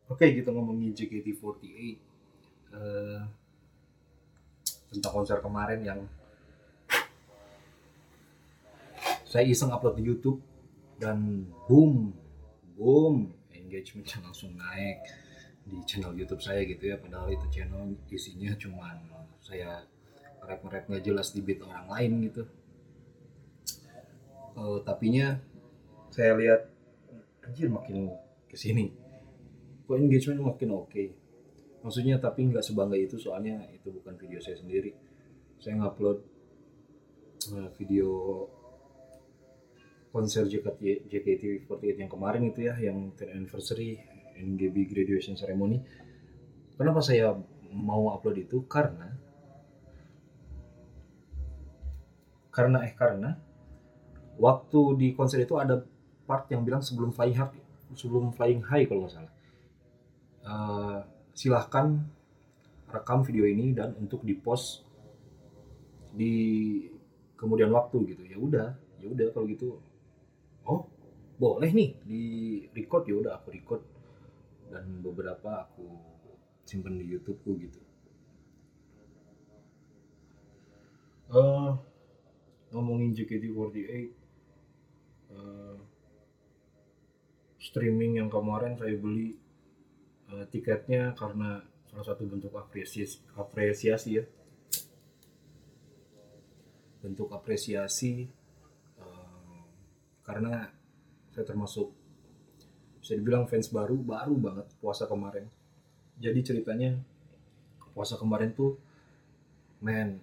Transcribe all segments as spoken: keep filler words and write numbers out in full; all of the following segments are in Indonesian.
Oke, kita ngomongin J K T empat delapan eh, tentang konser kemarin yang saya iseng upload di YouTube dan boom, boom, engagementnya langsung naik di channel YouTube saya gitu ya. Padahal itu channel isinya cuman saya rap-rap nggak jelas di beat orang lain gitu. Eh, tapinya saya lihat anjir makin kesini, kok engagement makin oke. Okay. Maksudnya tapi nggak sebangga itu soalnya itu bukan video saya sendiri. Saya ngupload uh, video konser J K T, J K T empat delapan yang kemarin itu ya, yang tenth anniversary N G B graduation ceremony. Kenapa saya mau upload itu? Karena karena eh karena waktu di konser itu ada part yang bilang sebelum flying high, sebelum flying high kalau nggak salah. Uh, Silahkan rekam video ini dan untuk dipost di kemudian waktu gitu. Ya udah, ya udah kalau gitu. Oh, boleh nih di record, ya udah aku record dan beberapa aku simpen di YouTubeku gitu. Eh Ngomongin J K T empat delapan, eh, streaming yang kemarin saya beli eh, tiketnya karena salah satu bentuk apresiasi apresiasi ya, bentuk apresiasi eh, karena saya termasuk bisa dibilang fans baru baru banget puasa kemarin. Jadi ceritanya puasa kemarin tuh, men,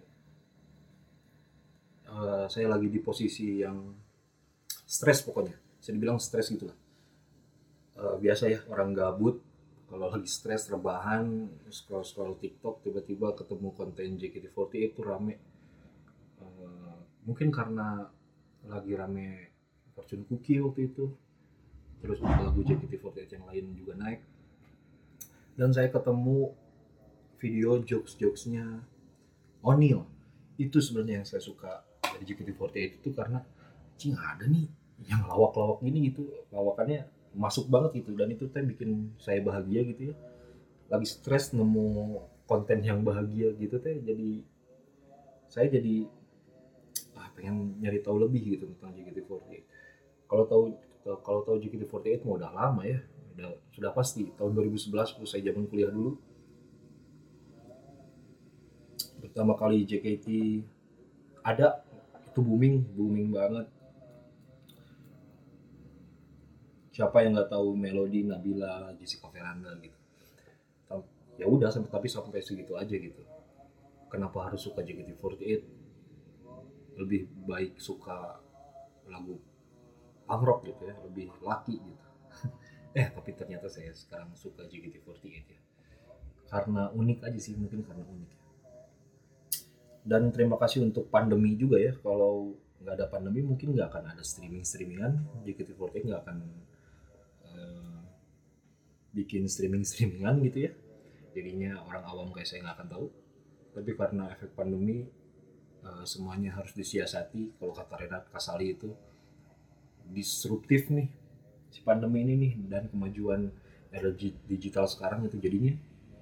eh, saya lagi di posisi yang stres pokoknya. Bisa dibilang stres gitu lah. Eh, biasa ya orang gabut kalau lagi stres rebahan scroll scroll TikTok tiba-tiba ketemu konten J K T empat delapan itu rame. Eh, Mungkin karena lagi rame Fortune Cookie waktu itu. Terus lagu J K T empat delapan yang lain juga naik. Dan saya ketemu video jokes-jokesnya O'Neal. Itu sebenarnya yang saya suka dari J K T empat delapan itu karena cing ada nih yang lawak-lawak gini gitu, lawakannya masuk banget gitu, dan itu teh bikin saya bahagia gitu ya. Lagi stres nemu konten yang bahagia gitu teh, jadi saya jadi ah, pengen nyari tahu lebih gitu tentang J K T empat delapan. Kalau tahu kalau tahu J K T empat delapan mau udah lama ya, udah sudah pasti tahun dua ribu sebelas waktu saya zaman kuliah dulu. Pertama kali J K T ada itu booming booming banget. Siapa yang nggak tahu Melody, Nabila, Jessica Veranda gitu. Ya udah sampai tapi sampai segitu aja gitu. Kenapa harus suka J K T empat delapan? Lebih baik suka lagu punk rock gitu ya, lebih laki gitu. Eh tapi ternyata saya sekarang suka J K T empat delapan ya. Karena unik aja sih, mungkin karena unik. Dan terima kasih untuk pandemi juga ya. Kalau nggak ada pandemi mungkin nggak akan ada streaming streamingan. J K T empat delapan nggak akan eh, bikin streaming streamingan gitu ya. Jadinya orang awam kayak saya nggak akan tahu. Tapi karena efek pandemi eh, semuanya harus disiasati. Kalau kata Renat Kasali itu disruptif nih si pandemi ini nih, dan kemajuan era digital sekarang itu jadinya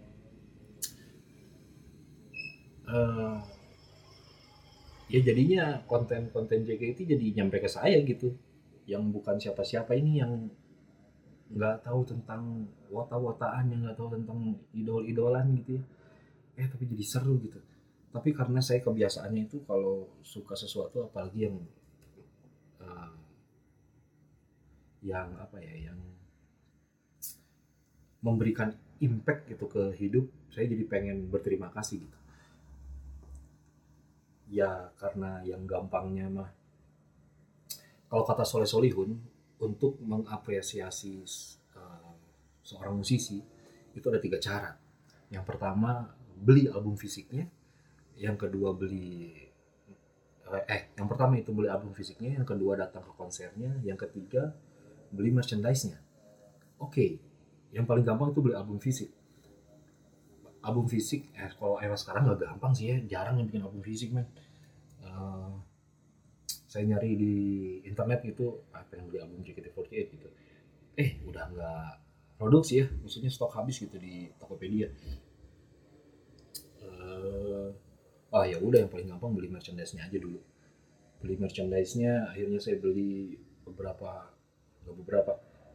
eh, ya jadinya konten-konten J K T jadi nyampe ke saya gitu, yang bukan siapa-siapa ini, yang nggak tahu tentang wota-wotaan, yang nggak tahu tentang idol-idolan gitu ya. Eh tapi jadi seru gitu. Tapi karena saya kebiasaannya itu kalau suka sesuatu apalagi yang eh, yang apa ya, yang memberikan impact gitu ke hidup, saya jadi pengen berterima kasih gitu. Ya karena yang gampangnya mah, kalau kata Soleh Solihun, untuk mengapresiasi uh, seorang musisi itu ada tiga cara. Yang pertama beli album fisiknya, yang kedua beli eh eh, yang pertama itu beli album fisiknya, yang kedua datang ke konsernya, yang ketiga beli merchandise-nya. Oke, okay. Yang paling gampang itu beli album fisik. Album fisik, eh kalau era sekarang nggak gampang sih ya, jarang yang bikin album fisik man. Uh, saya nyari di internet itu, ah, pengen beli album J K T empat delapan gitu. Eh, udah nggak produksi ya, maksudnya stok habis gitu di Tokopedia. Eh, ah ya udah, yang paling gampang beli merchandise-nya aja dulu. Beli merchandise-nya, akhirnya saya beli beberapa, nggak beberapa,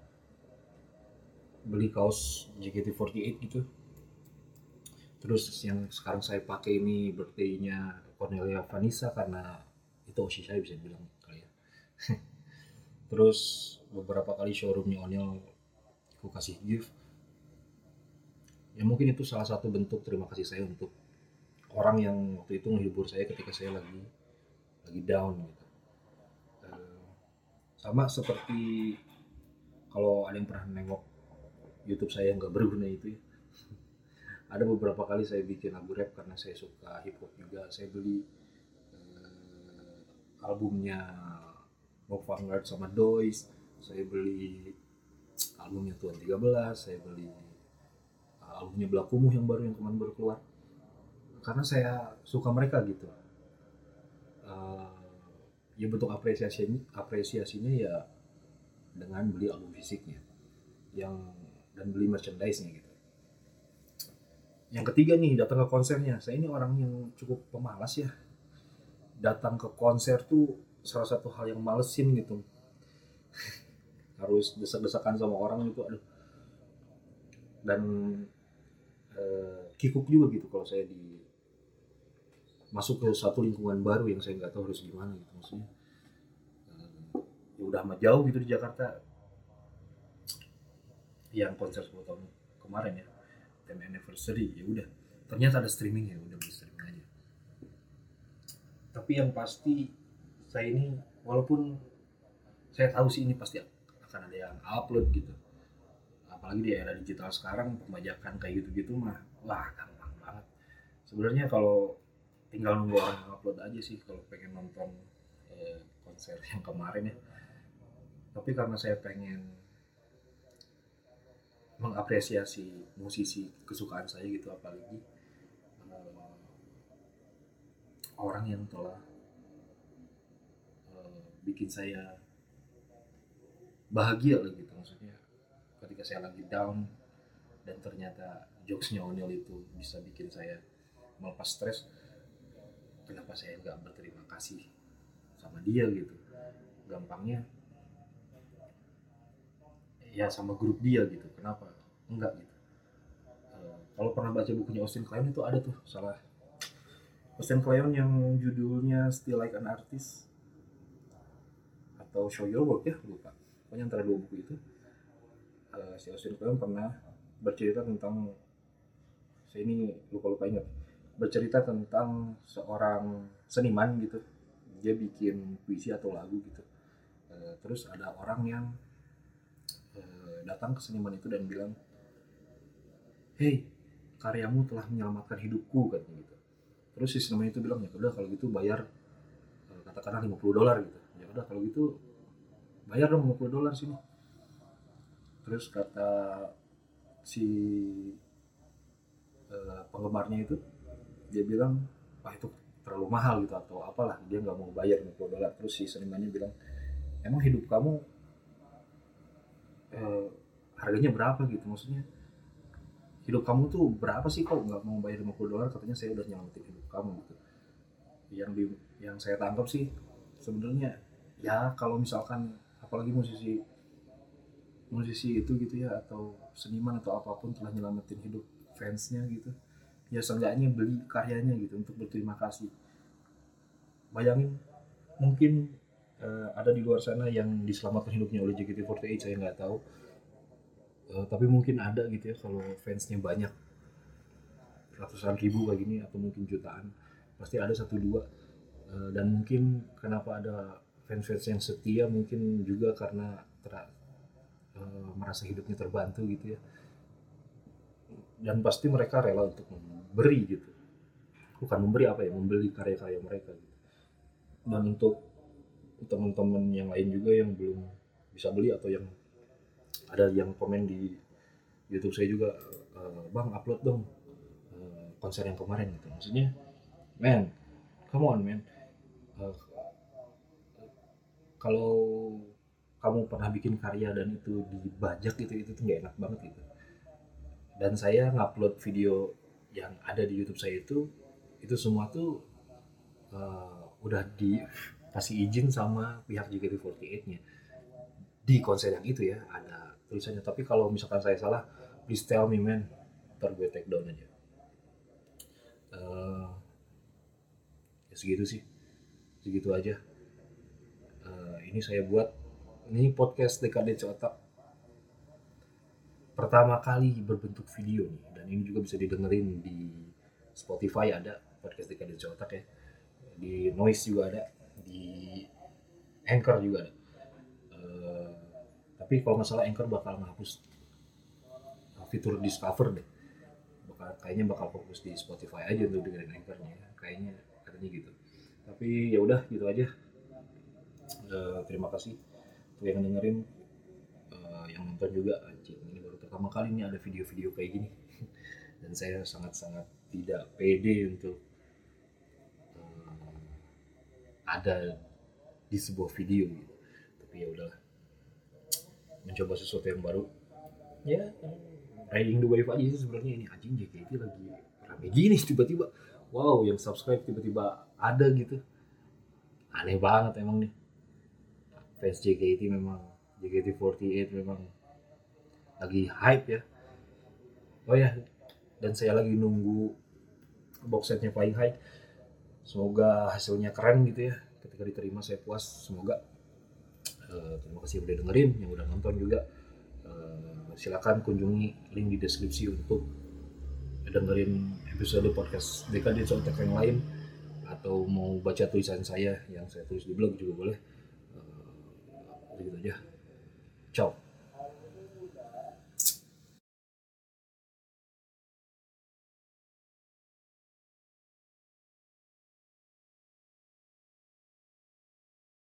beli kaos J K T empat delapan gitu. Terus yang sekarang saya pakai ini birthday-nya Cornelia Vanessa, karena itu osis saya bisa dibilang kali ya. Terus beberapa kali showroomnya Onel aku kasih gift. Ya mungkin itu salah satu bentuk terima kasih saya untuk orang yang waktu itu menghibur saya ketika saya lagi lagi down gitu. Eh, Sama seperti kalau ada yang pernah nengok YouTube saya yang nggak berguna itu ya. Ada beberapa kali saya bikin lagu rap karena saya suka hip hop juga. Saya beli eh, albumnya Rock Vanguard sama Dois. Saya beli albumnya Tuan tiga belas. Saya beli eh, albumnya Belakumuh yang baru, yang kemarin baru keluar. Karena saya suka mereka gitu. Eh, ya bentuk apresiasi apresiasinya ya dengan beli album fisiknya, yang dan beli merchandise-nya gitu. Yang ketiga nih, datang ke konsernya. Saya ini orang yang cukup pemalas ya. Datang ke konser tuh salah satu hal yang malesin gitu. Harus desak-desakan sama orang gitu, aduh. Dan eh, kikuk juga gitu kalau saya di masuk ke satu lingkungan baru yang saya nggak tahu harus gimana gitu, maksudnya. Eh, ya udah amat jauh gitu di Jakarta. Yang konser sepuluh tahun kemarin ya, ten anniversary, ya udah. Ternyata ada streaming, ya udah beli streaming aja. Tapi yang pasti saya ini, walaupun saya tahu sih ini pasti akan ada yang upload gitu, apalagi di era digital sekarang, pembajakan kayak gitu-gitu mah wah gampang banget sebenarnya. Kalau tinggal nunggu orang yang upload aja sih kalau pengen nonton eh, konser yang kemarin ya. Tapi karena saya pengen mengapresiasi musisi kesukaan saya gitu, apalagi eh, orang yang telah eh, bikin saya bahagia lah gitu, maksudnya ketika saya lagi down dan ternyata jokesnya Onel itu bisa bikin saya melepas stres, kenapa saya nggak berterima kasih sama dia gitu. Gampangnya ya sama grup dia gitu, kenapa enggak gitu. Eh, kalau pernah baca bukunya Austin Kleon itu ada tuh, salah, Austin Kleon yang judulnya Still Like an Artist atau Show Your Work ya, lupa, pokoknya antara dua buku itu. Eh, si Austin Kleon pernah bercerita tentang, saya ini lupa-lupa ingat, bercerita tentang seorang seniman gitu. Dia bikin puisi atau lagu gitu. E, terus ada orang yang e, datang ke seniman itu dan bilang, "Hey, karyamu telah menyelamatkan hidupku," katanya gitu. Terus si seniman itu bilang, "Ya udah kalau gitu bayar e, katakanlah lima puluh dolar gitu." "Ya udah kalau gitu bayar dong lima puluh dolar sini." Terus kata si e, penggemarnya itu, dia bilang, "Wah itu terlalu mahal gitu," atau apalah, dia nggak mau bayar lima puluh dolar. Terus si senimannya bilang, "Emang hidup kamu eh, harganya berapa gitu, maksudnya hidup kamu tuh berapa sih kok nggak mau bayar lima puluh dolar, katanya saya udah nyelamatin hidup kamu gitu." Yang di yang saya tangkap sih sebenarnya, ya kalau misalkan apalagi musisi musisi itu gitu ya, atau seniman atau apapun telah nyelamatin hidup fansnya gitu, ya seenggaknya beli karyanya gitu untuk berterima kasih. Bayangin, mungkin uh, ada di luar sana yang diselamatkan hidupnya oleh J K T empat delapan, saya nggak tahu. Uh, tapi mungkin ada gitu ya, kalau fansnya banyak ratusan ribu kayak gini atau mungkin jutaan, pasti ada satu dua. Uh, dan mungkin kenapa ada fans-fans yang setia, mungkin juga karena ter, uh, merasa hidupnya terbantu gitu ya. Dan pasti mereka rela untuk memberi gitu, bukan memberi apa ya, membeli karya-karya mereka gitu. Dan untuk teman-teman yang lain juga yang belum bisa beli atau yang ada yang komen di YouTube saya juga, e, "Bang upload dong e, konser yang kemarin," gitu. Maksudnya, man, come on man, e, kalau kamu pernah bikin karya dan itu dibajak gitu, itu tuh nggak enak banget gitu. Dan saya ngupload video yang ada di YouTube saya itu, itu semua tuh uh, udah dikasih izin sama pihak J K T empat delapan-nya. Di konser yang itu ya ada tulisannya. Tapi kalau misalkan saya salah, please tell me man, ntar gue take down aja. Uh, ya segitu sih, segitu aja. Uh, ini saya buat, ini podcast Dekade Otak pertama kali berbentuk video nih, dan ini juga bisa didengerin di Spotify, ada podcast Dekade Otak ya, di Noise juga ada, di Anchor juga ada. Uh, tapi kalau nggak salah Anchor bakal menghapus fitur Discover deh, bakal, kayaknya bakal fokus di Spotify aja untuk dengerin Anchornya ya. Kayaknya katanya gitu. Tapi ya udah gitu aja. Uh, terima kasih untuk yang dengerin, uh, yang nonton juga. Anjing, ini baru pertama kali nih ada video-video kayak gini dan saya sangat-sangat tidak pede untuk uh, ada di sebuah video gitu. Tapi ya udahlah, mencoba sesuatu yang baru ya, riding the wave aja sih sebenarnya. Ini anjing J K T lagi rame gini tiba-tiba, wow, yang subscribe tiba-tiba ada gitu, aneh banget emang nih fans J K T. Memang J K T empat delapan memang lagi hype ya. Oh ya, dan saya lagi nunggu box setnya Flying High, semoga hasilnya keren gitu ya. Ketika diterima saya puas, semoga. Uh, terima kasih yang udah dengerin, yang udah nonton juga. Uh, silakan kunjungi link di deskripsi untuk dengerin episode podcast Dekade Otak yang lain, atau mau baca tulisan saya yang saya tulis di blog juga boleh. Uh, gitu aja. Ciao.